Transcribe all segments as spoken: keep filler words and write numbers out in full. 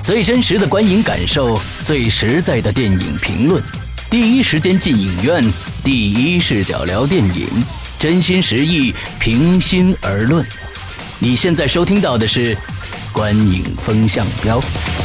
最真实的观影感受，最实在的电影评论，第一时间进影院，第一视角聊电影，真心实意，平心而论。你现在收听到的是观影风向标。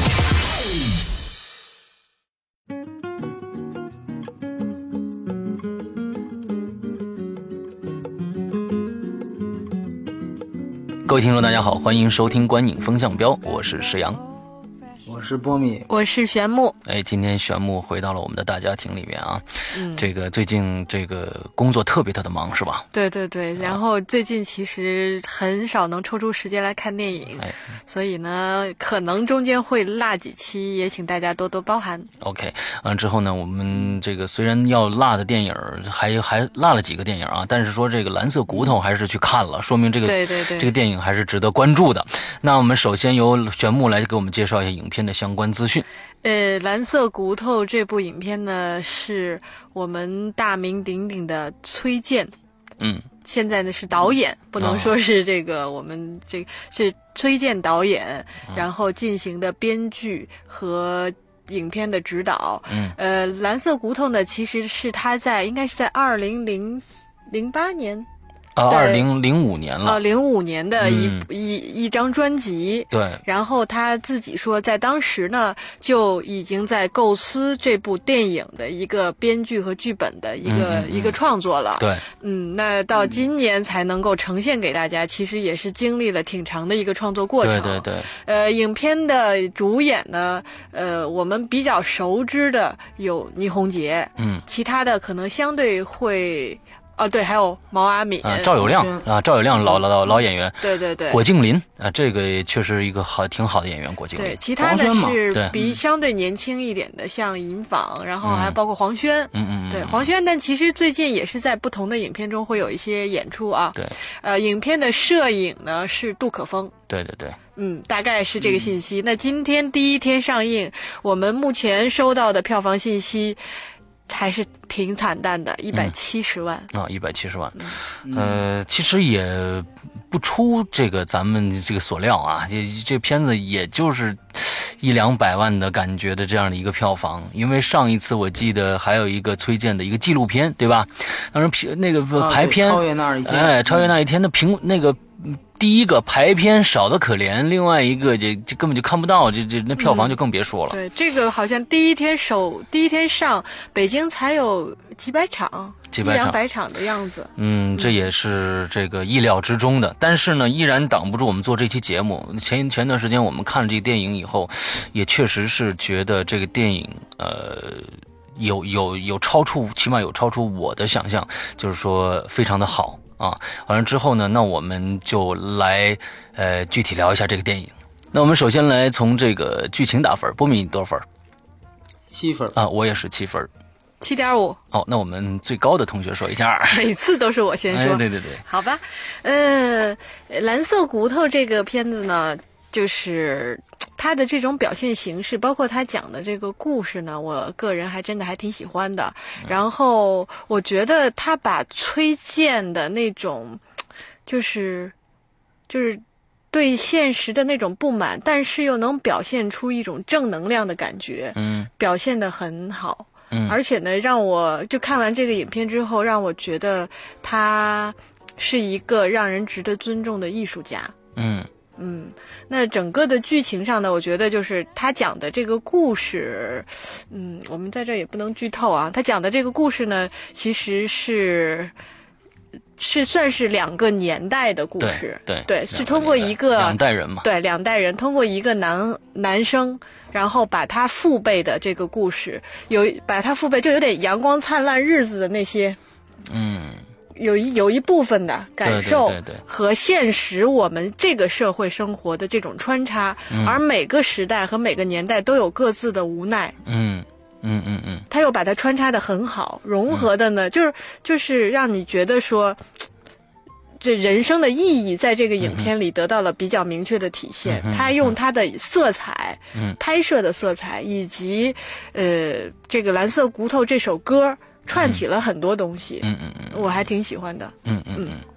各位听众大家好，欢迎收听观影风向标，我是石阳， 我是波米， 我是玄木。 哎，今天玄木回到了我们的大家庭里面啊。嗯，这个最近这个工作特别特的忙是吧？ 对对对，然后最近其实很少能抽出时间来看电影，哎、所以呢，可能中间会落几期，也请大家多多包涵。 OK， 完、啊、之后呢，我们这个虽然要落的电影还还落了几个电影啊，但是说这个蓝色骨头还是去看了，说明这个对对对这个电影还是值得关注的。那我们首先由玄木来给我们介绍一下影片的相关资讯。 呃，蓝色骨头这部影片呢，是我们大名鼎鼎的崔健， 嗯， 现在呢是导演，不能说是这个、哦、我们这个是崔健导演，然后进行的编剧和影片的指导。 嗯， 呃，蓝色骨头呢，其实是他在应该是在二零零八年。 啊，二零零五年了。 啊，零五年的一、 嗯、 一一张专辑。 对。 然后他自己说，在当时呢，就已经在构思这部电影的一个编剧和剧本的一个、 嗯嗯、 一个创作了。 对。 嗯，那到今年才能够呈现给大家，其实也是经历了挺长的一个创作过程。 对对对。 呃，影片的主演呢，呃，我们比较熟知的有倪虹洁， 嗯， 其他的可能相对会。哦，对，还有毛阿敏、 啊、赵有亮、嗯、啊，赵有亮老老老演员， 对对对， 郭敬林啊，这个确实一个好挺好的演员，郭敬林。 对，其他的是比相对年轻一点的，像尹昉，然后还包括黄轩， 嗯嗯嗯， 对，黄轩，但其实最近也是在不同的影片中会有一些演出啊。 对， 呃，影片的摄影呢是杜可风。 对对对， 嗯，大概是这个信息。嗯、那今天第一天上映，我们目前收到的票房信息。还是挺惨淡的，一百七十万、 嗯、啊，一百七十万，嗯、呃，其实也不出这个咱们这个所料啊，这这片子也就是一两百万的感觉的这样的一个票房，因为上一次我记得还有一个崔健的一个纪录片，对吧？当时那个排片、 啊、超越那一天， 哎，超越那一天的评那个。第一个排片少得可怜，另外一个这这根本就看不到，这这那票房就更别说了。 嗯、对，这个好像第一天首第一天上北京才有几百场， 几百场、 一两百场的样子。 嗯，这也是这个意料之中的，但是呢，依然挡不住我们做这期节目。前前段时间我们看了这个电影以后，也确实是觉得这个电影呃。有有有超出，起码有超出我的想象，就是说非常的好啊。完了之后呢，那我们就来呃具体聊一下这个电影。那我们首先来从这个剧情打分，波米多少分？ 七分啊，我也是七分， 七点五。 哦，那我们最高的同学说一下。 每次都是我先说。 哎、对对对。 好吧，呃，蓝色骨头这个片子呢，就是他的这种表现形式，包括他讲的这个故事呢，我个人还真的还挺喜欢的。然后我觉得他把崔健的那种，就是就是对现实的那种不满，但是又能表现出一种正能量的感觉， 嗯， 表现得很好。 嗯， 而且呢，让我就看完这个影片之后，让我觉得他是一个让人值得尊重的艺术家。 嗯。 嗯，那整个的剧情上呢，我觉得就是他讲的这个故事，嗯，我们在这也不能剧透啊。他讲的这个故事呢，其实是是算是两个年代的故事， 对对, 对，是通过一个两代人嘛， 对，两代人通过一个男男生，然后把他父辈的这个故事，有把他父辈就有点阳光灿烂日子的那些， 嗯。 有一有一部分的感受对对对对和现实我们这个社会生活的这种穿插， 嗯、 而每个时代和每个年代都有各自的无奈。 嗯嗯嗯嗯， 他又把它穿插的很好，融合的呢，嗯、就是就是让你觉得说，这人生的意义在这个影片里得到了比较明确的体现。 嗯、 他用他的色彩， 嗯， 拍摄的色彩，以及呃这个蓝色骨头这首歌。串起了很多东西， 嗯嗯嗯， 我还挺喜欢的， 嗯嗯嗯，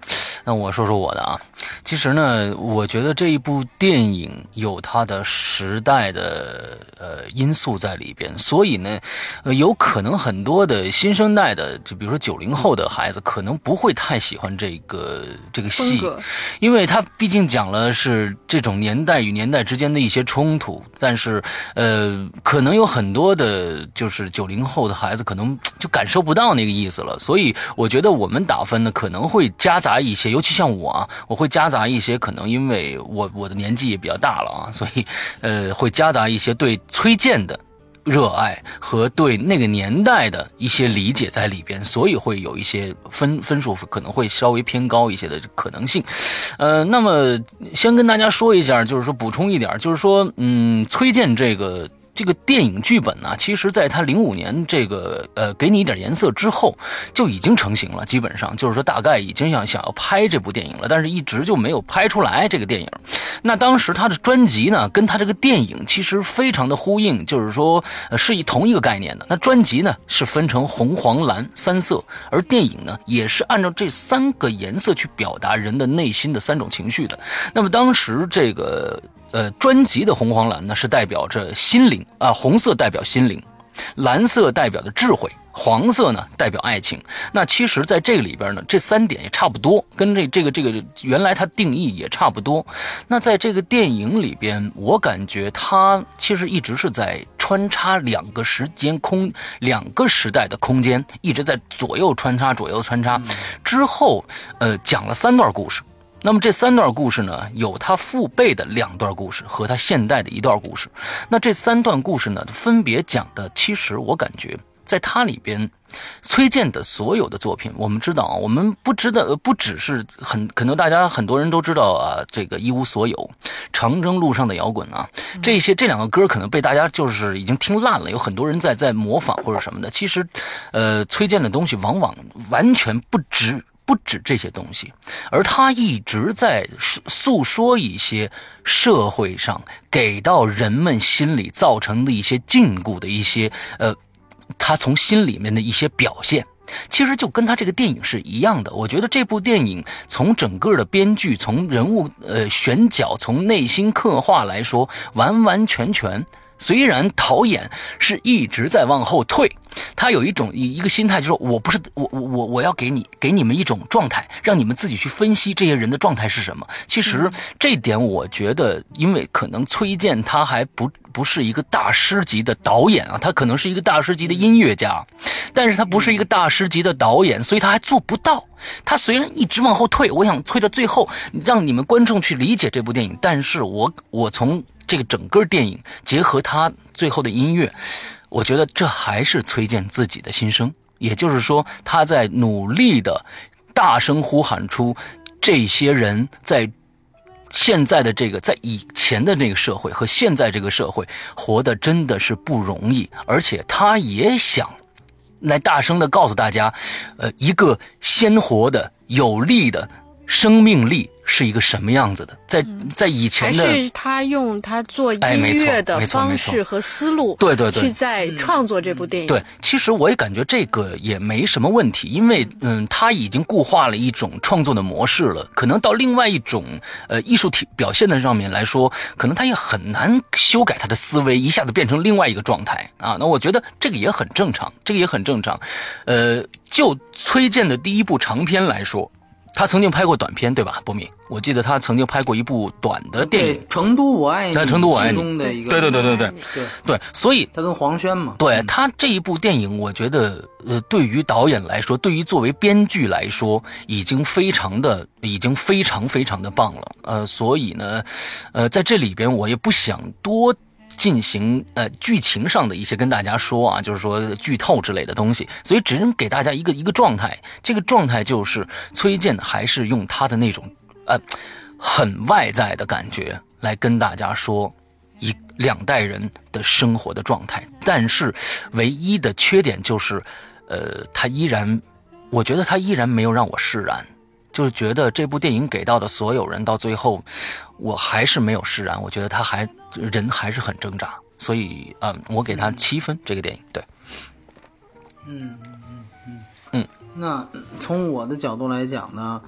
那我说说我的啊，其实呢，我觉得这一部电影有它的时代的呃因素在里边，所以呢，呃，有可能很多的新生代的，就比如说九零后的孩子，可能不会太喜欢这个这个戏，因为它毕竟讲了是这种年代与年代之间的一些冲突，但是呃，可能有很多的，就是九零后的孩子可能就感受不到那个意思了，所以我觉得我们打分呢可能会夹杂一些，尤其像我啊，我会夹杂一些，可能因为我我的年纪也比较大了啊，所以呃会夹杂一些对崔健的热爱和对那个年代的一些理解在里边，所以会有一些分分数可能会稍微偏高一些的可能性。呃，那么先跟大家说一下，就是说补充一点，就是说，嗯，崔健这个。这个电影剧本呢、啊，其实在他零五年这个呃给你一点颜色之后就已经成型了，基本上就是说大概已经想想要拍这部电影了，但是一直就没有拍出来这个电影。那当时他的专辑呢跟他这个电影其实非常的呼应，就是说、呃、是以同一个概念的。那专辑呢是分成红黄蓝三色，而电影呢也是按照这三个颜色去表达人的内心的三种情绪的。那么当时这个呃，专辑的红黄蓝呢是代表着心灵啊、呃，红色代表心灵，蓝色代表的智慧，黄色呢代表爱情。那其实在这个里边呢，这三点也差不多，跟这这个这个原来它定义也差不多。那在这个电影里边，我感觉它其实一直是在穿插两个时间空两个时代的空间，一直在左右穿插左右穿插。之后呃讲了三段故事。那么这三段故事呢，有他父辈的两段故事和他现代的一段故事。那这三段故事呢，分别讲的，其实我感觉在它里边，崔健的所有的作品，我们知道啊，我们不知道，不只是很可能大家很多人都知道啊，这个一无所有、长征路上的摇滚啊，这些这两个歌可能被大家就是已经听烂了，有很多人在在模仿或者什么的。其实，呃，崔健的东西往往完全不值。不止这些东西，而他一直在诉说一些社会上给到人们心里造成的一些禁锢的一些呃，他从心里面的一些表现。其实就跟他这个电影是一样的，我觉得这部电影从整个的编剧、从人物呃选角、从内心刻画来说，完完全全。虽然导演是一直在往后退，他有一种一个心态，就是说我不是我我我我要给你给你们一种状态，让你们自己去分析这些人的状态是什么。其实这一点我觉得，因为可能崔健他还不不是一个大师级的导演啊，他可能是一个大师级的音乐家，但是他不是一个大师级的导演，所以他还做不到。他虽然一直往后退，我想退到最后，让你们观众去理解这部电影，但是我我从这个整个电影结合他最后的音乐，我觉得这还是崔健自己的心声，也就是说他在努力的大声呼喊出这些人在现在的这个在以前的那个社会和现在这个社会活得真的是不容易，而且他也想来大声的告诉大家，呃，一个鲜活的有力的生命力是一个什么样子的，在在以前的， 还是他用他做音乐的方式和思路， 对对对， 去在创作这部电影。 对，其实我也感觉这个也没什么问题，因为嗯，他已经固化了一种创作的模式了，可能到另外一种呃艺术体表现的上面来说，可能他也很难修改他的思维，一下子变成另外一个状态啊。那我觉得这个也很正常，这个也很正常。呃，就崔健的第一部长片来说。他曾经拍过短片，对吧，波米？我记得他曾经拍过一部短的电影， 对，成都我爱你， 在成都我爱你的一个， 对对对对对对对，所以他跟黄轩嘛， 对他这一部电影，我觉得呃，对于导演来说，对于作为编剧来说，已经非常的，已经非常非常的棒了，呃，所以呢，呃，在这里边我也不想多。进行呃剧情上的一些跟大家说啊，就是说剧透之类的东西，所以只能给大家一个一个状态，这个状态就是崔健还是用他的那种呃很外在的感觉来跟大家说一两代人的生活的状态，但是唯一的缺点就是呃他依然，我觉得他依然没有让我释然。就是觉得这部电影给到的所有人到最后，我还是没有释然。我觉得他还人还是很挣扎，所以嗯，我给他七分。这个电影，对， 嗯嗯嗯嗯。 那从我的角度来讲呢，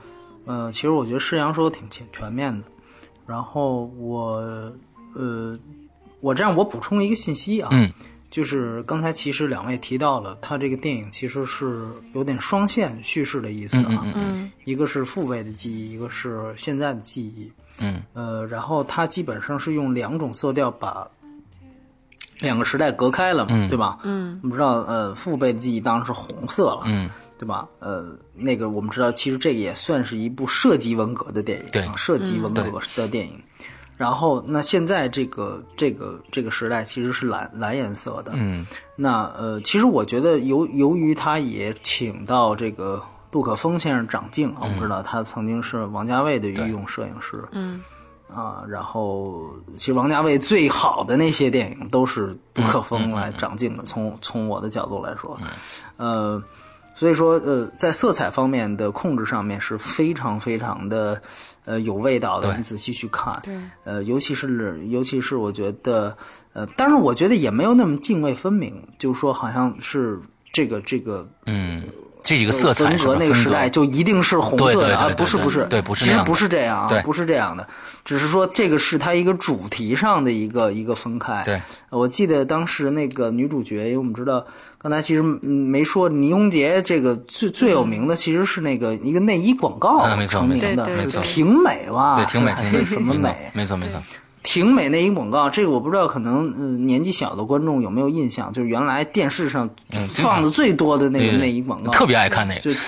呃，其实我觉得施洋说的挺全全面的。然后我呃，我这样我补充一个信息啊， 嗯， 就是刚才其实两位提到了，他这个电影其实是有点双线叙事的意思啊， 嗯嗯嗯一个是父辈的记忆，一个是现在的记忆。 嗯， 呃，然后它基本上是用两种色调把两个时代隔开了嘛， 嗯对吧？ 嗯， 我们知道，呃，父辈的记忆当然是红色了， 嗯， 对吧？呃，那个我们知道，其实这个也算是一部涉及文革的电影， 对啊，涉及文革的电影。然后，那现在这个这个这个时代其实是蓝蓝颜色的， 嗯， 那呃，其实我觉得由由于他也请到这个杜可风先生长镜啊，我们知道他曾经是王家卫的御用摄影师， 嗯啊，然后其实王家卫最好的那些电影都是杜可风来掌镜的，从从我的角度来说，呃，所以说呃，在色彩方面的控制上面是非常非常的呃有味道的，你仔细去看， 对， 呃，尤其是尤其是我觉得呃，当然我觉得也没有那么泾渭分明，就是说好像是这个这个嗯。这几个色彩文革那个时代就一定是红色的啊？不是不是， 对，不是， 其实不是这样啊， 不是这样的，只是说这个是它一个主题上的一个一个分开。 对， 我记得当时那个女主角，因为我们知道刚才其实没说倪虹洁这个最最有名的其实是那个一个内衣广告成名的， 没错， 挺美吧？ 对，挺美，挺美， 什么美？ 没错没错。 挺美内衣广告，这个我不知道，可能、呃、年纪小的观众有没有印象？就是原来电视上放的最多的那个内衣广告， 嗯、特别爱看那个。 就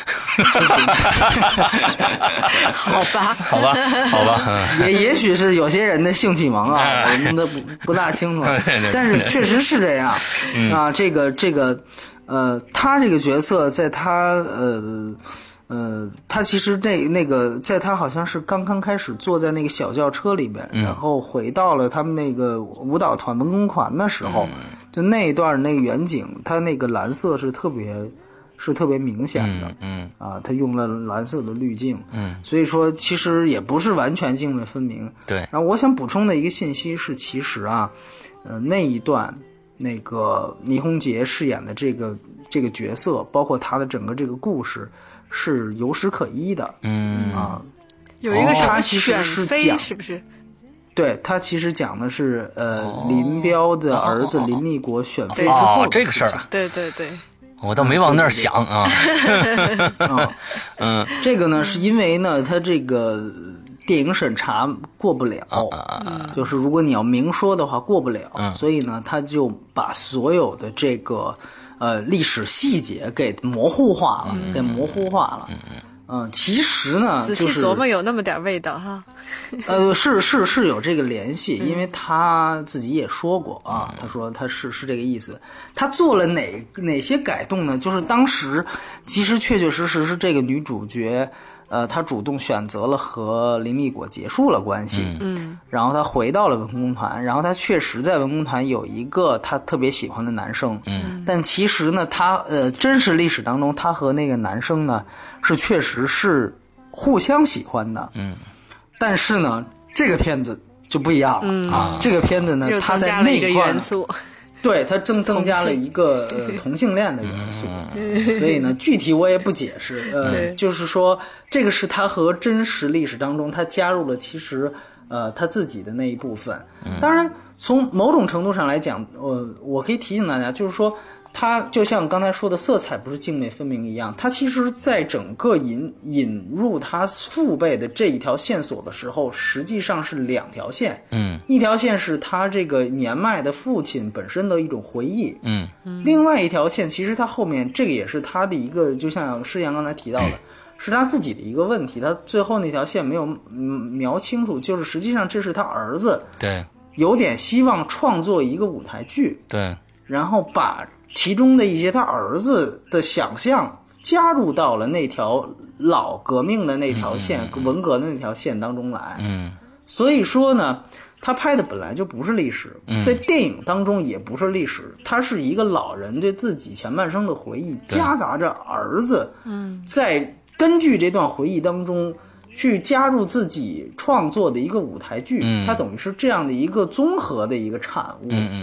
好吧， 好吧，好吧， 嗯、也也许是有些人的性启蒙啊，我们都不不大清楚，但是确实是这样、嗯、啊。这个这个呃，他这个角色在他呃。呃，他其实那那个，在他好像是刚刚开始坐在那个小轿车里边， 嗯、 然后回到了他们那个舞蹈团文工团的时候，嗯、就那一段那个远景，他那个蓝色是特别是特别明显的， 嗯, 嗯啊，他用了蓝色的滤镜， 嗯， 所以说其实也不是完全泾渭分明。 对， 然后我想补充的一个信息是，其实啊，呃，那一段那个倪虹洁饰演的这个这个角色，包括他的整个这个故事。是有史可依的， 嗯啊， 有一个什么选妃，是不是？ 对，他其实讲的是呃、哦、林彪的儿子林立国选妃之后、 哦、 这个事儿啊， 对对对， 我倒没往那儿想啊， 嗯嗯，这个呢是因为呢他这个电影审查过不了， 嗯、 就是如果你要明说的话过不了， 嗯、 所以呢他就把所有的这个。呃，历史细节给模糊化了， 嗯、 给模糊化了。嗯嗯，其实呢， 仔细琢磨有那么点味道哈。 呃，是是是有这个联系，因为他自己也说过啊，他说他是是这个意思。他做了哪哪些改动呢？就是当时其实确确实实是这个女主角。呃，他主动选择了和林立果结束了关系， 嗯， 然后他回到了文工团，然后他确实在文工团有一个他特别喜欢的男生， 嗯， 但其实呢，他呃真实历史当中，他和那个男生呢是确实是互相喜欢的， 嗯， 但是呢，这个片子就不一样了、 嗯、 啊，这个片子呢，他在那一块呢。对，它增增加了一个呃同性恋的元素， 嗯、 所以呢，具体我也不解释。呃，就是说，这个是他和真实历史当中他加入了其实呃他自己的那一部分。当然，从某种程度上来讲，呃，我可以提醒大家，就是说，它就像刚才说的色彩不是泾渭分明一样，它其实在整个引引入他父辈的这一条线索的时候，实际上是两条线。 嗯， 一条线是他这个年迈的父亲本身的一种回忆。 嗯， 另外一条线其实他后面这个也是他的一个，就像施洋刚才提到的，是他自己的一个问题。他最后那条线没有描清楚，就是实际上这是他儿子对有点希望创作一个舞台剧， 对， 然后把其中的一些他儿子的想象加入到了那条老革命的那条线、 嗯嗯嗯、 文革的那条线当中来。 嗯， 所以说呢，他拍的本来就不是历史，在电影当中也不是历史，他是一个老人对自己前半生的回忆，夹杂着儿子， 嗯， 在根据这段回忆当中去加入自己创作的一个舞台剧， 嗯， 它等于是这样的一个综合的一个产物。 嗯嗯嗯嗯。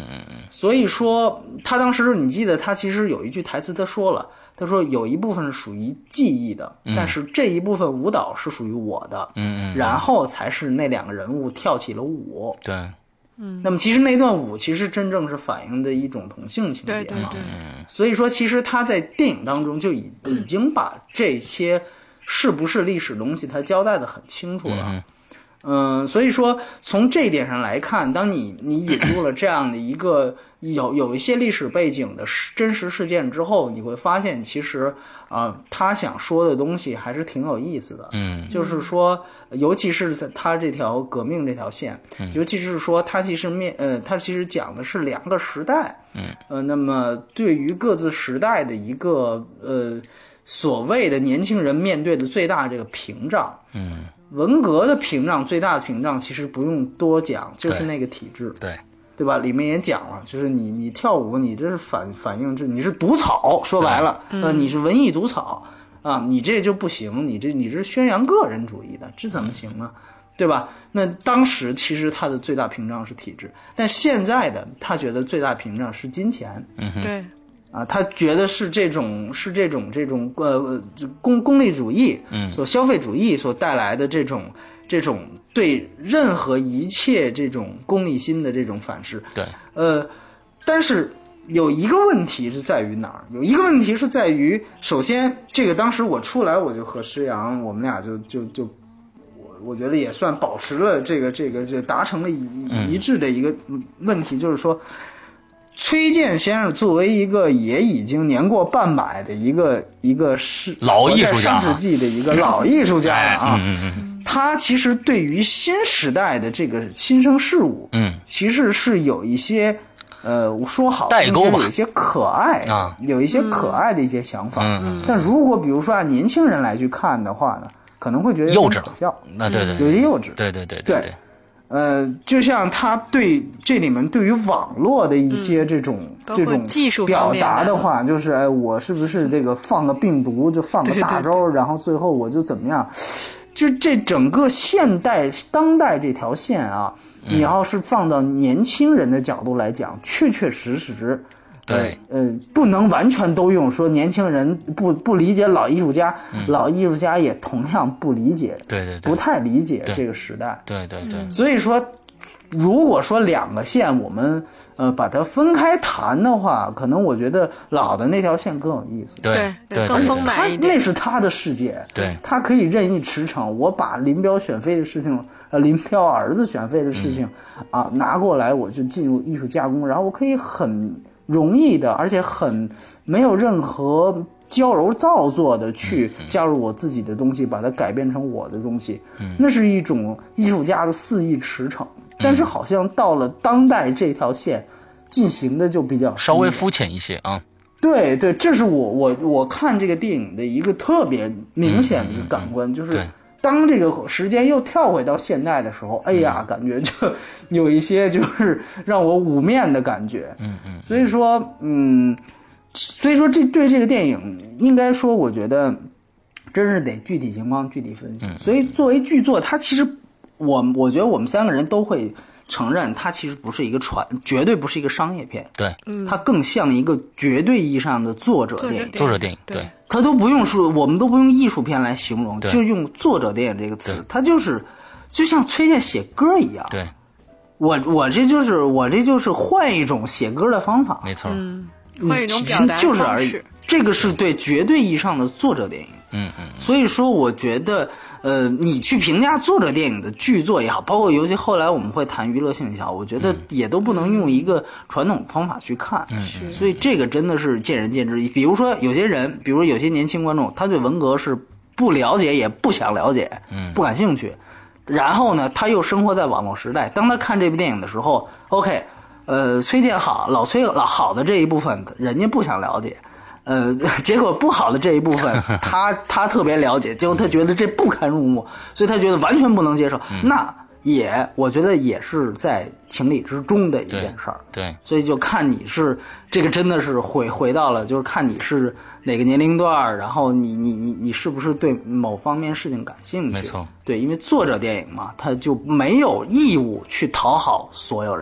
所以说他当时你记得他其实有一句台词他说了，他说有一部分是属于记忆的，嗯、但是这一部分舞蹈是属于我的， 嗯嗯， 然后才是那两个人物跳起了舞， 对， 嗯， 那么其实那段舞其实真正是反映的一种同性情节嘛， 对对对， 所以说其实他在电影当中就已已经把这些是不是历史东西他交代的很清楚了。嗯嗯，所以说从这一点上来看，当你你引入了这样的一个有有一些历史背景的真实事件之后，你会发现其实啊、呃，他想说的东西还是挺有意思的。 嗯， 就是说，尤其是在他这条革命这条线， 嗯、 尤其是说他其实面呃，他其实讲的是两个时代。 嗯， 呃，那么对于各自时代的一个呃所谓的年轻人面对的最大这个屏障。 嗯。 文革的屏障最大的屏障其实不用多讲，就是那个体制， 对对吧？里面也讲了，就是你你跳舞，你这是反反映这你是毒草，说白了，呃，你是文艺毒草啊，你这就不行，你这你这是宣扬个人主义的，这怎么行呢？对吧？那当时其实他的最大屏障是体制，但现在的他觉得最大屏障是金钱， 嗯哼， 对。 啊，他觉得是这种是这种这种呃功功利主义， 嗯， 所消费主义所带来的这种这种对任何一切这种功利心的这种反噬。 对， 呃，但是有一个问题是在于哪儿？有一个问题是在于，首先这个当时我出来我就和石阳，我们俩就就就我我觉得也算保持了这个这个这达成了一一致的一个问题，嗯、就是说。崔健先生作为一个也已经年过半百的一个一个是老艺术家， 上世纪的一个老艺术家了啊， 嗯嗯嗯， 他其实对于新时代的这个新生事物， 嗯， 其实是有一些呃，我说好代沟吧， 有一些可爱啊， 有一些可爱的一些想法。 嗯嗯， 但如果比如说按年轻人来去看的话呢，可能会觉得幼稚可笑， 那对对， 有些幼稚， 对对对对。 对呃，就像他对这里面对于网络的一些这种、 嗯、 这种技术表达的话，就是哎，我是不是这个放个病毒就放个大招， 对对对， 然后最后我就怎么样？就这整个现代当代这条线啊， 嗯、 你要是放到年轻人的角度来讲，确确实实。 对， 呃，不能完全都用说年轻人不不理解老艺术家、 嗯， 老艺术家也同样不理解， 对对对， 不太理解这个时代， 对对对。 所以说，如果说两个线我们呃把它分开谈的话，可能我觉得老的那条线更有意思， 对对，更丰满一点。 那是他的世界， 对， 他可以任意驰骋。我把林彪选妃的事情，呃，林彪儿子选妃的事情、嗯、啊拿过来，我就进入艺术加工，然后我可以很。容易的，而且很没有任何娇柔造作的去加入我自己的东西，把它改变成我的东西， 嗯、 那是一种艺术家的肆意驰骋。但是好像到了当代这条线进行的就比较稍微肤浅一些啊。 对对，这是我我我看这个电影的一个特别明显的一个感官， 嗯、 就是当这个时间又跳回到现代的时候，哎呀，感觉就有一些就是让我捂面的感觉。 嗯嗯。 所以说，嗯，所以说这对这个电影，应该说，我觉得真是得具体情况具体分析。 嗯。 所以作为剧作，它其实我我觉得我们三个人都会承认，它其实不是一个传，绝对不是一个商业片。 对。 嗯。它更像一个绝对意义上的作者电影。 作者电影。对。 他都不用说，我们都不用艺术片来形容，就用作者电影这个词，他就是就像崔健写歌一样。 对， 我我这就是我这就是换一种写歌的方法， 没错， 嗯，换一种表达就是而已。这个是对绝对意义上的作者电影。 嗯嗯。 所以说，我觉得。呃，你去评价作者电影的剧作也好，包括尤其后来我们会谈娱乐性也好，我觉得也都不能用一个传统方法去看。 嗯， 所以这个真的是见仁见智。比如说有些人，比如有些年轻观众，他对文革是不了解也不想了解， 嗯， 不感兴趣。然后呢，他又生活在网络时代，当他看这部电影的时候 ，OK， 呃，崔健好，老崔老好的这一部分，人家不想了解。呃，结果不好的这一部分，他他特别了解，结果他觉得这不堪入目，所以他觉得完全不能接受。 嗯、 那也，我觉得也是在情理之中的一件事儿。 对， 所以就看你是这个真的是回回到了，就是看你是哪个年龄段，然后你你你你是不是对某方面事情感兴趣？ 没错， 对，因为作者电影嘛，他就没有义务去讨好所有人。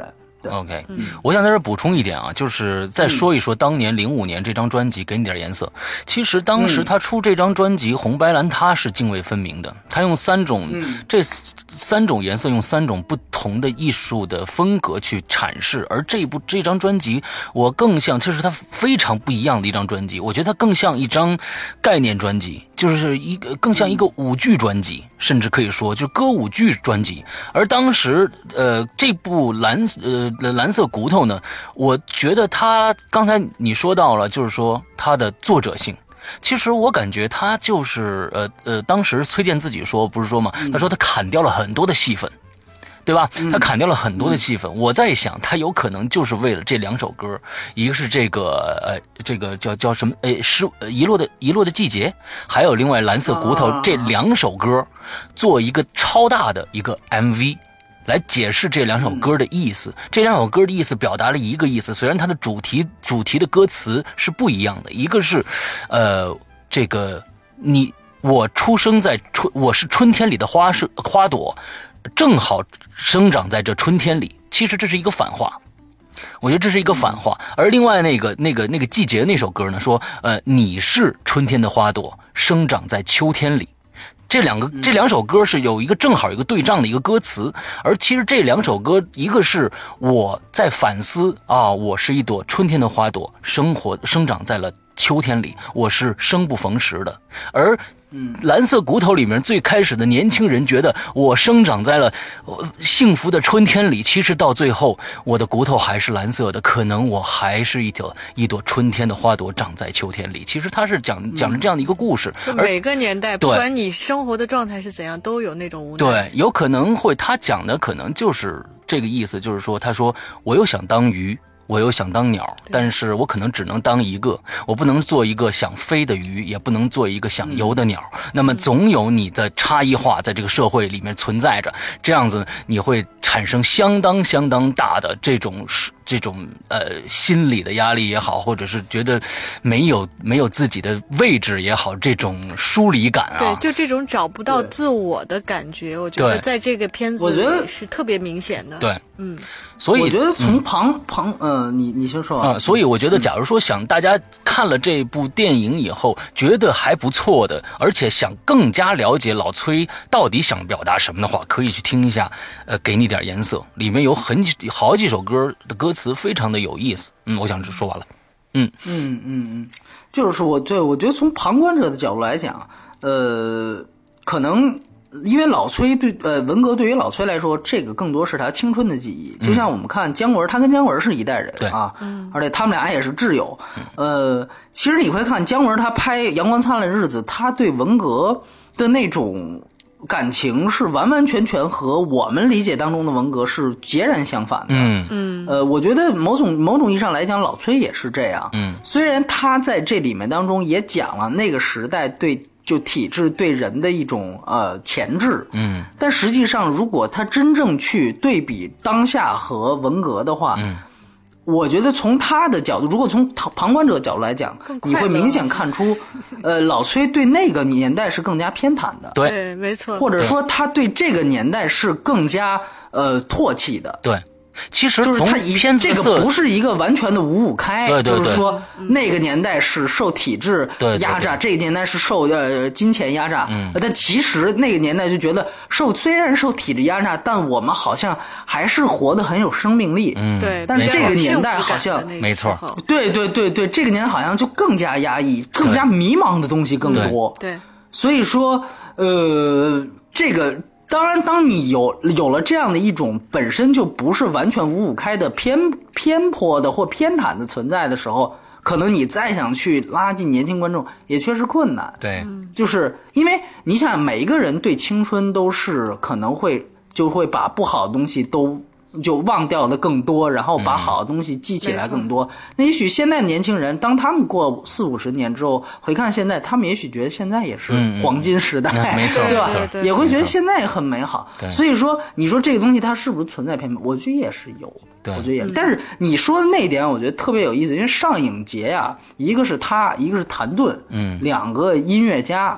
OK，嗯，我想在这补充一点啊，就是再说一说当年零五年这张专辑《给你点颜色》。其实当时他出这张专辑《红白蓝》，他是泾渭分明的，他用三种、嗯、这三种颜色，用三种不同的艺术的风格去阐释。而这部这张专辑，我更像，这是他非常不一样的一张专辑。我觉得它更像一张概念专辑，就是一个更像一个舞剧专辑，甚至可以说就是歌舞剧专辑。而当时，呃，这部蓝呃。蓝色骨头呢，我觉得他刚才你说到了，就是说他的作者性。其实我感觉他就是呃呃，当时崔健自己说，不是说吗？他说他砍掉了很多的戏份，对吧？他砍掉了很多的戏份。我在想，他有可能就是为了这两首歌，一个是这个呃这个叫叫什么呃失遗落的遗落的季节，还有另外蓝色骨头这两首歌，做一个超大的一个 M V。来解释这两首歌的意思，嗯、这两首歌的意思表达了一个意思，虽然它的主题主题的歌词是不一样的，一个是，呃，这个你我出生在春，我是春天里的花是花朵，正好生长在这春天里。其实这是一个反话，我觉得这是一个反话。而另外那个那个那个季节那首歌呢，说，呃，你是春天的花朵，生长在秋天里。这两个这两首歌是有一个正好一个对仗的一个歌词，而其实这两首歌，一个是我在反思啊，我是一朵春天的花朵，生活生长在了秋天里，我是生不逢时的。而蓝色骨头里面最开始的年轻人觉得我生长在了幸福的春天里，其实到最后我的骨头还是蓝色的，可能我还是一朵一朵春天的花朵长在秋天里。其实他是讲讲了这样的一个故事， 就每个年代不管你生活的状态是怎样，都有那种无奈。 对，有可能会他讲的可能就是这个意思，就是说他说我又想当鱼，我又想当鸟，但是我可能只能当一个，我不能做一个想飞的鱼，也不能做一个想游的鸟。嗯、那么总有你的差异化在这个社会里面存在着，这样子你会产生相当相当大的这种这种呃心理的压力也好，或者是觉得没有没有自己的位置也好，这种疏离感啊， 对，就这种找不到自我的感觉，我觉得在这个片子里是特别明显的。 对， 嗯。 所以我觉得从旁、嗯、旁呃，你你先说啊、 嗯。所以我觉得，假如说想大家看了这部电影以后觉得还不错的，而且想更加了解老崔到底想表达什么的话，可以去听一下。呃，给你点颜色，里面有很好几首歌的歌词非常的有意思。嗯，我想说完了。嗯嗯嗯嗯，就是我对我觉得从旁观者的角度来讲，呃，可能。因为老崔对呃文革对于老崔来说，这个更多是他青春的记忆。就像我们看姜文，他跟姜文是一代人啊，嗯，而且他们俩也是挚友。呃，其实你会看姜文他拍《阳光灿烂的日子》，他对文革的那种感情是完完全全和我们理解当中的文革是截然相反的。 嗯嗯， 呃，我觉得某种某种意义上来讲，老崔也是这样。 嗯， 虽然他在这里面当中也讲了那个时代对。就体制对人的一种呃钳制， 嗯， 但实际上，如果他真正去对比当下和文革的话， 嗯， 我觉得从他的角度，如果从旁观者角度来讲，你会明显看出，呃，老崔对那个年代是更加偏袒的， 对， 对，没错， 或者说他对这个年代是更加呃唾弃的， 对。其实就是他片子这个不是一个完全的五五开， 对对对， 就是说那个年代是受体制压榨， 对对对， 这个年代是受呃金钱压榨。 嗯， 但其实那个年代就觉得受虽然受体制压榨，但我们好像还是活得很有生命力。 嗯， 对。 但是这个年代好像没错， 对对对对，这个年代好像就更加压抑，更加迷茫的东西更多。 对， 所以说呃这个。当然，当你有有了这样的一种本身就不是完全五五开的偏偏颇的或偏袒的存在的时候，可能你再想去拉近年轻观众也确实困难。 对， 就是因为你想每一个人对青春都是可能会就会把不好的东西都就忘掉的更多，然后把好的东西记起来更多。嗯、那也许现在年轻人，当他们过四五十年之后回看现在，他们也许觉得现在也是黄金时代， 嗯、没错， 对吧？ 对对对， 也会觉得现在也很美好。所以说，你说这个东西它是不是存在偏见？我觉得也是有， 对， 我觉得也是。但是你说的那一点，我觉得特别有意思，因为上影节呀、啊，一个是他，一个是谭盾， 嗯， 两个音乐家。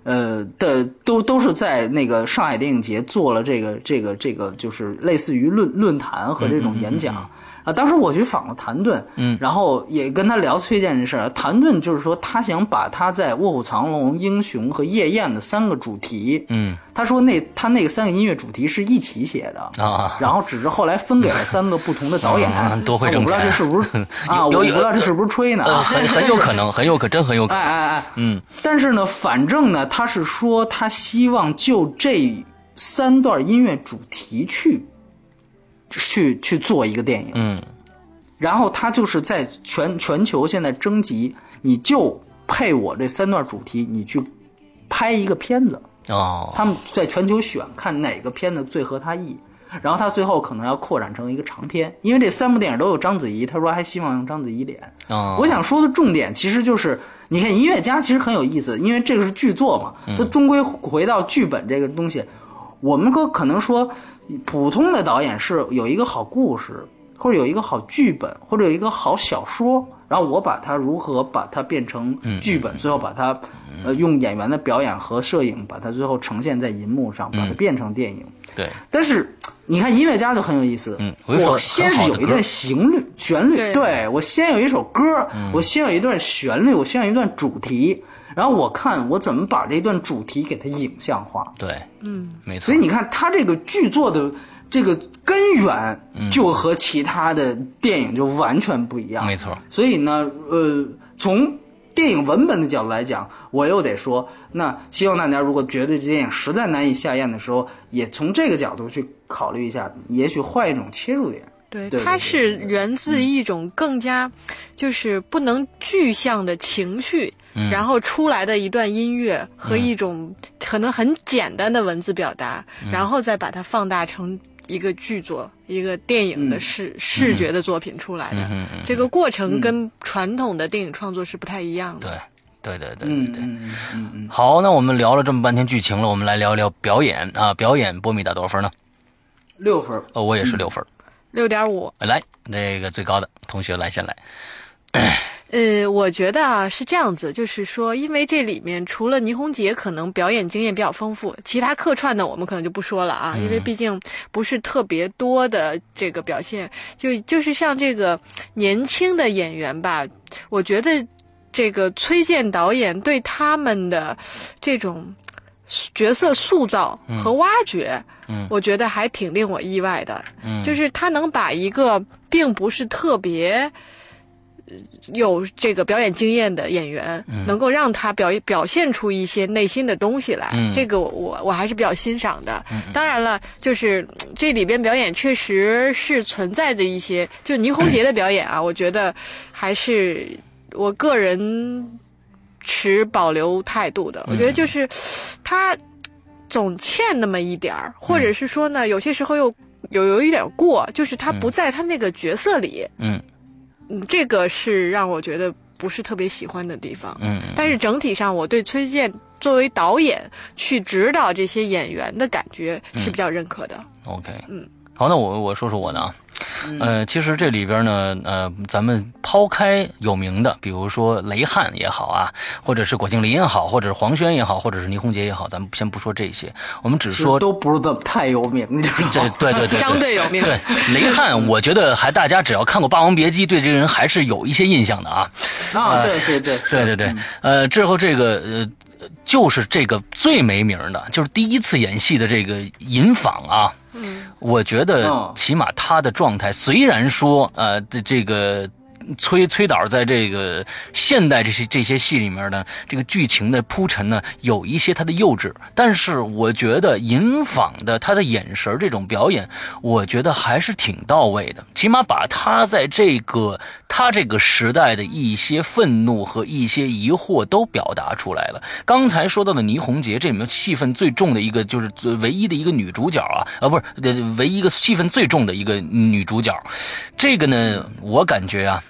呃的都都是在那个上海电影节做了这个这个这个就是类似于论论坛和这种演讲。嗯嗯嗯嗯啊，当时我去访了谭盾， 嗯， 然后也跟他聊崔健这事儿。谭盾就是说，他想把他在《卧虎藏龙》《英雄》和《夜宴》的三个主题， 嗯， 他说那他那个三个音乐主题是一起写的啊， 然后只是后来分给了三个不同的导演， 啊、多会挣钱。 我不知道这是不是啊？我不知道这是不是吹呢？ 呃、很很有可能，很有可真很有可能。 哎哎哎， 嗯。 但是呢，反正呢，他是说他希望就这三段音乐主题去去去做一个电影， 嗯。 然后他就是在全全球现在征集，你就配我这三段主题，你去拍一个片子哦。 他们在全球选，看哪个片子最合他意，然后他最后可能要扩展成一个长片，因为这三部电影都有章子怡，他说还希望用章子怡脸。 哦。 我想说的重点其实就是，你看音乐家其实很有意思，因为这个是剧作嘛，它终归回到剧本这个东西。我们可可能说，普通的导演是有一个好故事。或者有一个好剧本，或者有一个好小说，然后我把它如何把它变成剧本， 嗯、 最后把它呃用演员的表演和摄影把它最后呈现在银幕上，把它变成电影。 嗯、对。 但是你看音乐家就很有意思， 嗯， 我先是有一段旋律，旋律， 对, 对我先有一首歌， 嗯、 我先有一段旋律，我先有一段主题。然后我看我怎么把这段主题给它影像化。 对， 嗯， 没错。 所以你看他这个剧作的这个根源就和其他的电影就完全不一样。 没错。 所以呢，呃，从电影文本的角度来讲，我又得说，那希望大家如果觉得这电影实在难以下咽的时候，也从这个角度去考虑一下，也许换一种切入点。 对， 对它是源自一种更加就是不能具象的情绪，嗯、然后出来的一段音乐和一种可能很简单的文字表达，嗯、然后再把它放大成一个剧作、一个电影的视、嗯、视觉的作品出来的。 嗯、 这个过程跟传统的电影创作是不太一样的。 对。对对对对对， 嗯嗯嗯。 好，那我们聊了这么半天剧情了，我们来聊聊表演啊。表演，波米打多少分呢？ 六分。 哦，我也是六分。嗯六点五， 来，那个最高的同学来先来。 呃，我觉得啊是这样子，就是说，因为这里面除了倪虹洁可能表演经验比较丰富，其他客串的我们可能就不说了啊， 嗯、 因为毕竟不是特别多的这个表现。就就是像这个年轻的演员吧，我觉得这个崔健导演对他们的这种角色塑造和挖掘， 嗯， 我觉得还挺令我意外的。 嗯， 就是他能把一个并不是特别有这个表演经验的演员， 嗯、 能够让他表表现出一些内心的东西来， 嗯、 这个我我还是比较欣赏的。 嗯、 当然了，就是这里边表演确实是存在着一些，就倪虹洁的表演啊，我觉得还是我个人持保留态度的。我觉得就是他总欠那么一点儿，或者是说呢，有些时候又有有一点过，就是他不在他那个角色里。 嗯嗯，这个是让我觉得不是特别喜欢的地方。 嗯， 但是整体上我对崔健作为导演去指导这些演员的感觉是比较认可的。 嗯、OK， 嗯， 好，那我我说说我的啊。呃，其实这里边呢，呃，咱们抛开有名的，比如说雷汉也好啊，或者是郭敬明也好，或者是黄轩也好，或者是倪虹洁也好，咱们先不说这些，我们只说都不是怎么太有名，你知道吗？ 这对对对， 相对有名。 对雷汉，我觉得还大家只要看过《霸王别姬》，对这个人还是有一些印象的啊。 啊，对对对， 对对对，呃，之后这个呃。就是这个最没名的，就是第一次演戏的这个尹昉啊， 嗯， 我觉得起码他的状态，虽然说呃这个崔崔导在这个现代这些这些戏里面呢，这个剧情的铺陈呢，有一些他的幼稚，但是我觉得尹昉的他的眼神这种表演，我觉得还是挺到位的，起码把他在这个他这个时代的一些愤怒和一些疑惑都表达出来了。刚才说到的倪虹洁，这里面戏份最重的一个，就是唯一的一个女主角啊，啊不是唯一一个戏份最重的一个女主角，这个呢，我感觉啊。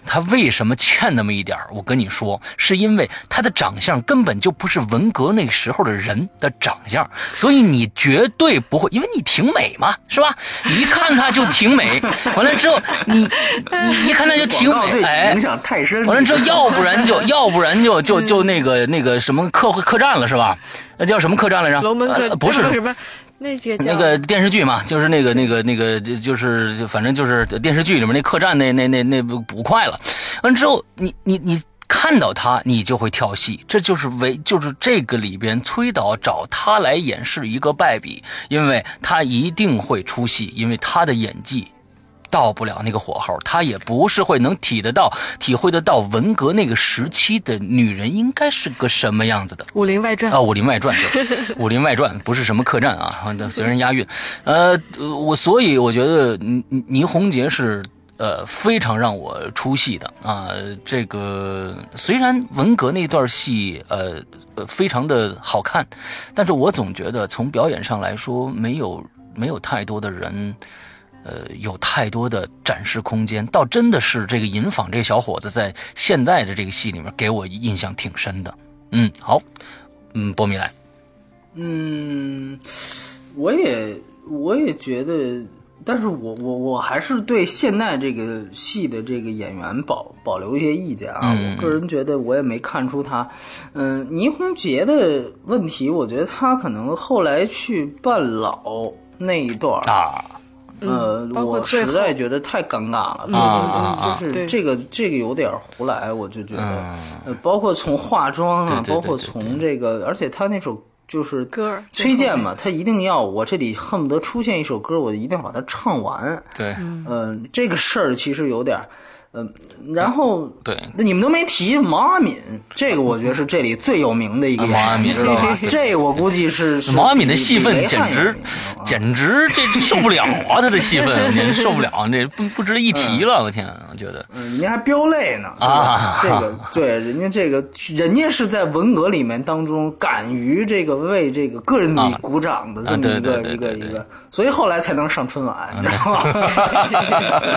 他为什么欠那么一点我跟你说，是因为他的长相根本就不是文革那时候的人的长相，所以你绝对不会，因为你挺美嘛，是吧？你一看他就挺美，完了之后你你一看他就挺美，哎， 影响太深。 完了之后，要不然就要不然就就就那个那个什么客客栈了，是吧？那叫什么客栈来着？ 龙门客、 呃、不是什么。那个那个电视剧嘛，就是那个那个那个就是反正就是电视剧里面那客栈那那那那捕快了，完之后你你你看到他你就会跳戏，这就是为就是这个里边崔导找他来演是一个败笔，因为他一定会出戏，因为他的演技到不了那个火候，他也不是会能体得到、体会得到文革那个时期的女人应该是个什么样子的。 《武林外传》 啊，《武林外传》对，《武林外传》不是什么客栈啊，虽然押韵。呃，我所以我觉得倪倪虹洁是呃非常让我出戏的啊。这个虽然文革那段戏呃呃非常的好看，但是我总觉得从表演上来说，没有没有太多的人。呃，有太多的展示空间，倒真的是这个尹昉这个小伙子在现在的这个戏里面给我印象挺深的。嗯，好，嗯，波米来， 嗯，我也我也觉得，但是我我我还是对现在这个戏的这个演员保保留一些意见啊。 嗯、 我个人觉得我也没看出他，嗯，倪虹洁的问题，我觉得他可能后来去扮老那一段啊。 呃，我实在觉得太尴尬了， 啊、 就是这个这个有点胡来，我就觉得，嗯、呃，包括从化妆啊， 对对对对对包括从这个，而且他那首就是歌崔健嘛，他一定要我这里恨不得出现一首歌，我一定要把它唱完。 对， 嗯、呃，这个事儿其实有点。嗯，然后对， 那你们都没提毛阿敏，这个我觉得是这里最有名的一个演员， 毛阿敏知道吧？这我估计是毛阿敏的戏份简直简直这受不了啊！他的戏份你受不了，这不不值得一提了。我天，我觉得， 嗯，人家还飙泪呢啊！ 这个对，人家这个人家是在文革里面当中敢于这个为这个个人努力鼓掌的这么一个一个一个，所以后来才能上春晚，你知道吗？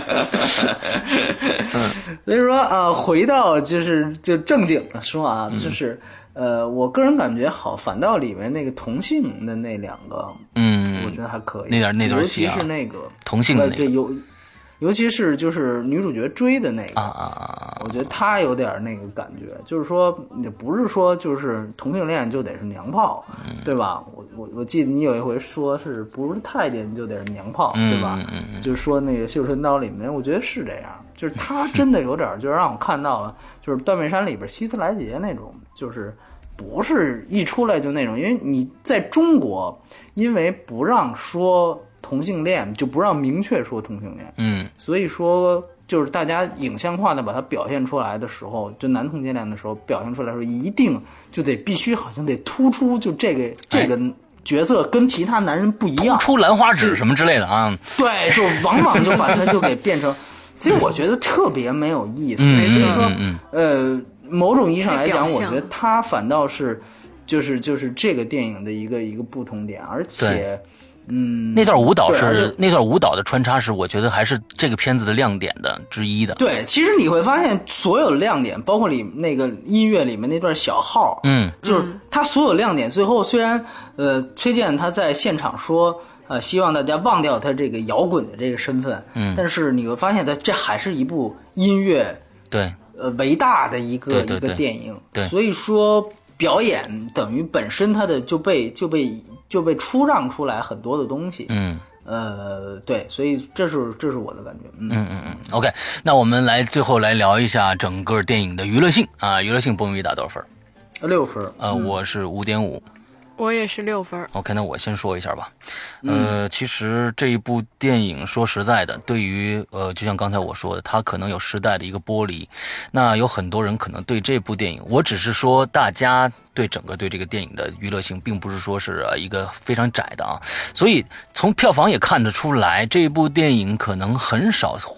所以说呃，回到就是就正经的说啊，嗯、就是呃，我个人感觉好，反倒里面那个同性的那两个， 嗯， 我觉得还可以， 那点那段戏啊，尤其是那个同性的那个， 对有。尤其是就是女主角追的那个， 啊啊啊！ 我觉得她有点那个感觉，就是说也不是说就是同性恋就得是娘炮，嗯、对吧？我我我记得你有一回说是不是太监就得是娘炮， 嗯、 对吧？ 嗯嗯、 就是说那个《绣春刀》里面，我觉得是这样，就是她真的有点，就是让我看到了，就是《断背山》里边希斯莱杰那种，就是不是一出来就那种，因为你在中国，因为不让说。同性恋就不让明确说同性恋， 嗯， 所以说就是大家影像化的把它表现出来的时候，就男同性恋的时候表现出来的时候，一定就得必须好像得突出就这个这个角色跟其他男人不一样， 突出兰花指什么之类的啊， 对，就往往就把它就给变成，所以我觉得特别没有意思。 嗯、 所以说， 嗯、 呃，某种意义上来讲，我觉得它反倒是就是就是这个电影的一个一个不同点，而且。嗯， 那段舞蹈是那段舞蹈的穿插是，我觉得还是这个片子的亮点的之一的。 对，其实你会发现所有的亮点，包括里那个音乐里面那段小号， 嗯， 就是它所有亮点。最后虽然呃，崔健他在现场说，呃，希望大家忘掉他这个摇滚的这个身份， 嗯， 但是你会发现，他这还是一部音乐对呃为大的一个对对对一个电影， 对， 所以说表演等于本身它的就被就被。就被出让出来很多的东西， 嗯， 呃，对，所以这是这是我的感觉，嗯嗯嗯嗯 ，OK， 那我们来最后来聊一下整个电影的娱乐性啊，娱乐性波米打多少分？ 六分， 呃， 嗯、 我是五点五。 我也是六分。 OK， 那我先说一下吧。呃，其实这一部电影说实在的，对于呃，就像刚才我说的，它可能有时代的一个剥离。那有很多人可能对这部电影，我只是说大家对整个对这个电影的娱乐性，并不是说是一个非常窄的啊。所以从票房也看得出来，这部电影可能很少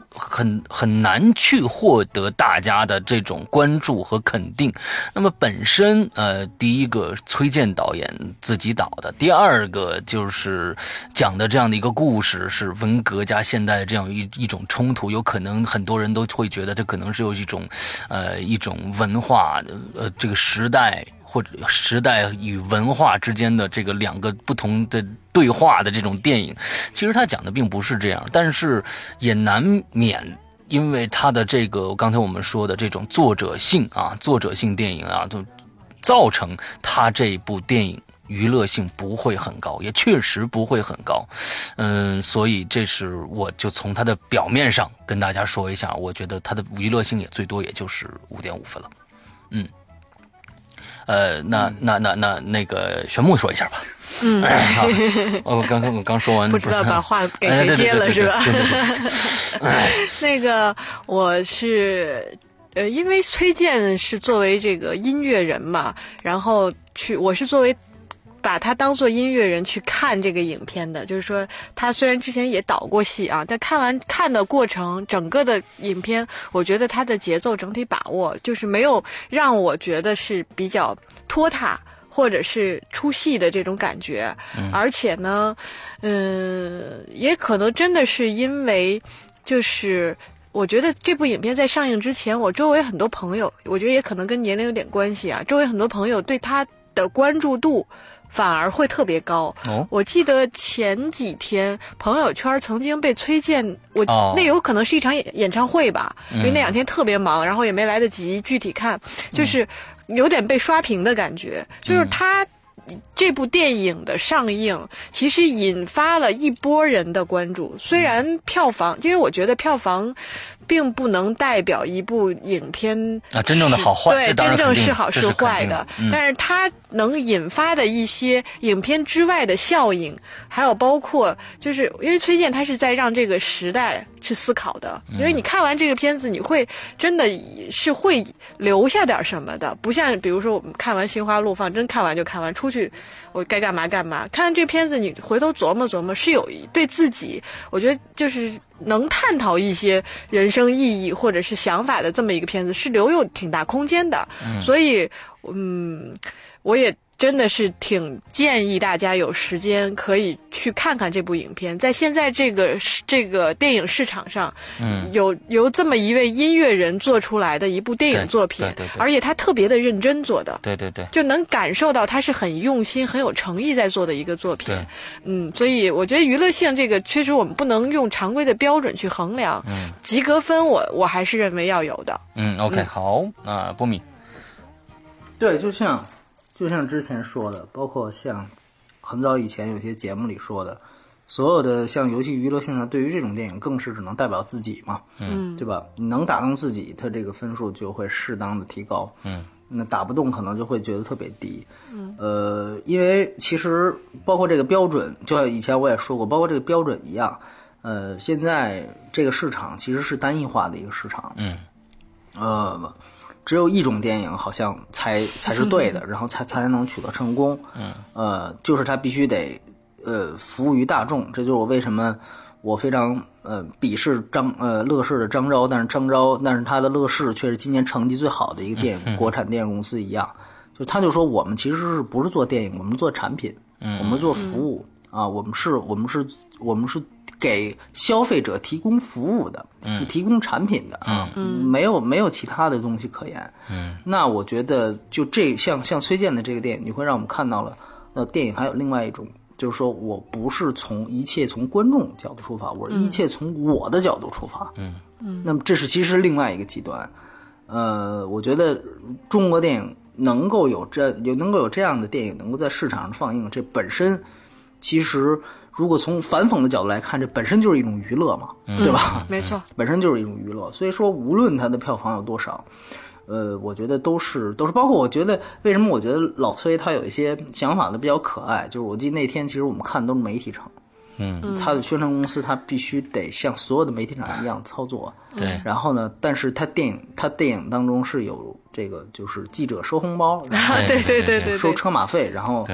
很很难去获得大家的这种关注和肯定。那么本身呃，第一个崔健导演自己导的，第二个就是讲的这样的一个故事是文革加现代的这样一一种冲突，有可能很多人都会觉得这可能是有一种呃一种文化呃这个时代。或者时代与文化之间的这个两个不同的对话的这种电影，其实他讲的并不是这样，但是也难免因为他的这个刚才我们说的这种作者性啊，作者性电影啊，就造成他这部电影娱乐性不会很高，也确实不会很高。嗯，所以这是我就从它的表面上跟大家说一下，我觉得它的娱乐性也最多也就是五点五分了。嗯。呃，那那那那那个玄牧说一下吧。 嗯， 哎，好，我刚刚我刚说完， 不知道把话给谁接了是吧？那个我是呃，因为崔健是作为这个音乐人嘛，然后去我是作为。把他当作音乐人去看这个影片的，就是说他虽然之前也导过戏啊，但看完看的过程，整个的影片，我觉得他的节奏整体把握就是没有让我觉得是比较拖沓或者是出戏的这种感觉，嗯、而且呢，嗯，也可能真的是因为就是。我觉得这部影片在上映之前，我周围很多朋友，我觉得也可能跟年龄有点关系啊，周围很多朋友对他的关注度反而会特别高。哦、我记得前几天朋友圈曾经被崔健，我、哦、那有可能是一场演演唱会吧，因为那两天特别忙，然后也没来得及具体看，就是有点被刷屏的感觉，嗯、就是他。这部电影的上映其实引发了一波人的关注，虽然票房，因为我觉得票房并不能代表一部影片啊真正的好坏， 对，真正是好是坏的，嗯、但是它能引发的一些影片之外的效应，还有包括就是因为崔健他是在让这个时代去思考的，因为你看完这个片子，你会真的是会留下点什么的，不像比如说我们看完《心花怒放》，真看完就看完，出去我该干嘛干嘛。看完这片子，你回头琢磨琢磨，是有对自己，我觉得就是能探讨一些人生意义或者是想法的这么一个片子，是留有挺大空间的。嗯、所以，嗯，我也。真的是挺建议大家有时间可以去看看这部影片，在现在这个这个电影市场上，嗯，有由这么一位音乐人做出来的一部电影作品， 对对对对， 而且他特别的认真做的， 对对对， 就能感受到他是很用心、很有诚意在做的一个作品。嗯，所以我觉得娱乐性这个确实我们不能用常规的标准去衡量，嗯，及格分我我还是认为要有的。 嗯 ，OK，嗯好，那波米， 对，就像。就像之前说的，包括像很早以前有些节目里说的，所有的像游戏娱乐性呢，对于这种电影更是只能代表自己嘛，嗯，对吧？你能打动自己，它这个分数就会适当的提高，嗯，那打不动可能就会觉得特别低，嗯，呃，因为其实包括这个标准，就像以前我也说过，包括这个标准一样，呃，现在这个市场其实是单一化的一个市场，嗯，呃。只有一种电影好像才才是对的，然后才才能取得成功。嗯，呃，就是它必须得呃服务于大众，这就是我为什么我非常呃鄙视张呃乐视的张昭，但是张昭但是他的乐视却是今年成绩最好的一个电影、嗯、国产电影公司一样，就他就说我们其实是不是做电影，我们做产品，嗯，我们做服务、嗯、啊，我们是我们是我们是。给消费者提供服务的，嗯，提供产品的啊，嗯，没有没有其他的东西可言，嗯，那我觉得就这像像崔健的这个电影，你会让我们看到了，呃，电影还有另外一种，就是说我不是从一切从观众角度出发，我是一切从我的角度出发，嗯嗯，那么这是其实另外一个极端，呃，我觉得中国电影能够有这有能够有这样的电影能够在市场上放映，这本身其实。如果从反讽的角度来看，这本身就是一种娱乐嘛，嗯、对吧？ 没错， 本身就是一种娱乐。所以说，无论它的票房有多少，呃，我觉得都是都是。包括我觉得，为什么我觉得老崔他有一些想法的比较可爱，就是我记得那天其实我们看的都是媒体场，嗯，他的宣传公司他必须得像所有的媒体场一样操作， 对。 然后呢，但是他电影他电影当中是有这个就是记者收红包，然后对对对对， 收车马费，然后。对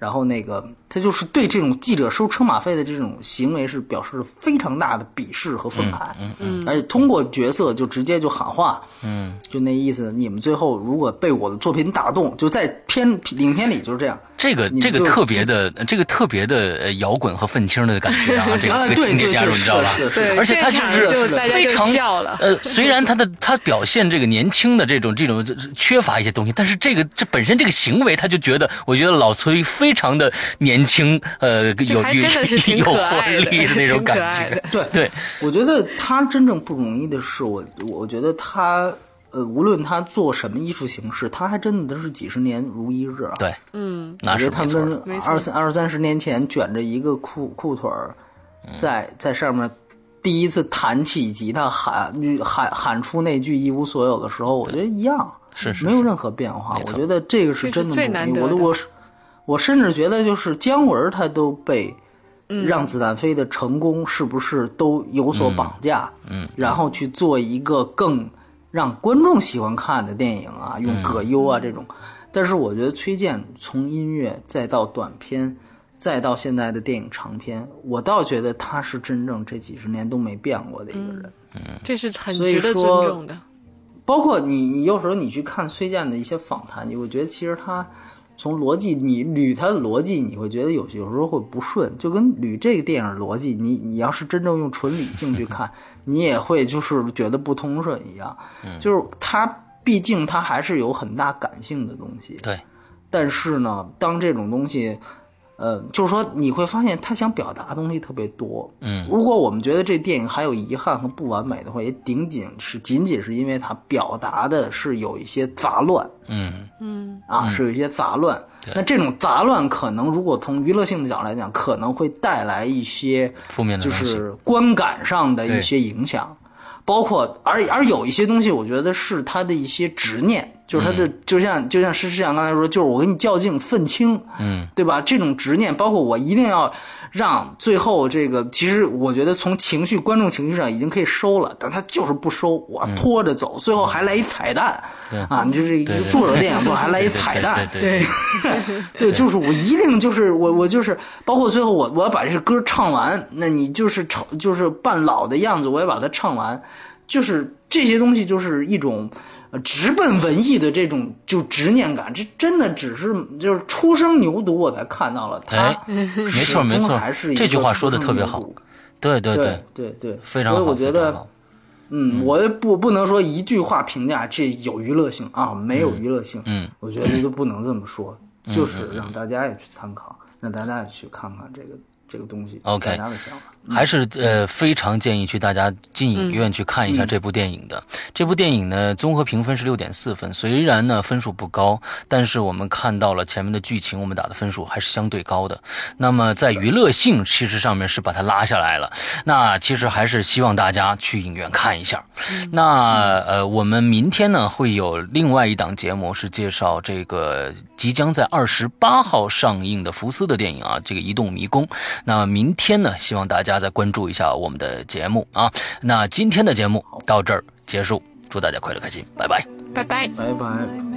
然后那个他就是对这种记者收车马费的这种行为是表示了非常大的鄙视和愤慨， 嗯嗯， 而且通过角色就直接就喊话， 嗯， 就那意思，你们最后如果被我的作品打动，就在片影片里就是这样。 这个这个特别的，这个特别的摇滚和愤青的感觉啊，这个这个情节加入，你知道吧？ 对， 而且他就是非常笑了。 呃，虽然他的他表现这个年轻的这种这种缺乏一些东西，但是这个这本身这个行为，他就觉得，我觉得老崔非常的年轻，呃，有有有活力的那种感觉。 对对， 我觉得他真正不容易的是，我我觉得他。呃，无论他做什么艺术形式，他还真的都是几十年如一日啊。 对， 嗯， 那是没错。我觉得他们二三二三十年前卷着一个裤裤腿儿，在在上面第一次弹起吉他喊喊喊出那句一无所有的时候，我觉得一样， 是是没有任何变化。我觉得这个是真的最难得的。 我我我甚至觉得就是姜文他都被。让子弹飞的成功是不是都有所绑架？ 嗯，嗯然后去做一个更让观众喜欢看的电影啊，用葛优啊这种。嗯、但是我觉得崔健从音乐再到短片，再到现在的电影长片，我倒觉得他是真正这几十年都没变过的一个人。 嗯，这是很值得尊重的。 包括你，你有时候你去看崔健的一些访谈，你会觉得其实他。从逻辑，你捋他的逻辑，你会觉得有有时候会不顺，就跟捋这个电影逻辑，你你要是真正用纯理性去看，你也会就是觉得不通顺一样。就是他毕竟他还是有很大感性的东西。 对。 但是呢，当这种东西，呃，就是说你会发现他想表达的东西特别多。 嗯。 如果我们觉得这电影还有遗憾和不完美的话，也仅仅是仅仅是因为他表达的是有一些杂乱。 嗯嗯。 啊，是有一些杂乱。那这种杂乱可能，如果从娱乐性的角度来讲，可能会带来一些负面的， 就是观感上的一些影响。包括而而有一些东西，我觉得是他的一些执念，就是他的、嗯、就像就像施施想刚才说，就是我跟你较劲愤青， 嗯， 对吧？这种执念，包括我一定要让最后这个，其实我觉得从情绪观众情绪上已经可以收了，但他就是不收，我拖着走，嗯、最后还来一彩蛋，啊，你就是一个作者电影中还来一彩蛋， 对对对, 对, 对，就是我一定就是我我就是包括最后我我要把这歌唱完，那你就是就是扮老的样子，我也把它唱完。就是这些东西，就是一种呃直奔文艺的这种就执念感，这真的只是就是初生牛犊我才看到了它。 哎，没错没错，这句话说的特别好。对对对对对， 非常好。 所以我觉得，嗯，我不不能说一句话评价这有娱乐性啊，没有娱乐性。 嗯， 我觉得就不能这么说，就是让大家也去参考，让大家也去看看这个。这个东西 ，OK， 大家的想法、 嗯、还是呃非常建议去大家进影院去看一下这部电影的。嗯、这部电影呢，综合评分是六点四分，虽然呢分数不高，但是我们看到了前面的剧情，我们打的分数还是相对高的。那么在娱乐性其实上面是把它拉下来了。那其实还是希望大家去影院看一下。嗯、那呃，我们明天呢会有另外一档节目是介绍这个即将在二十八号上映的福斯的电影啊，这个《移动迷宫》。那明天呢，希望大家再关注一下我们的节目啊。那今天的节目到这儿结束，祝大家快乐开心，拜拜， 拜拜， 拜拜。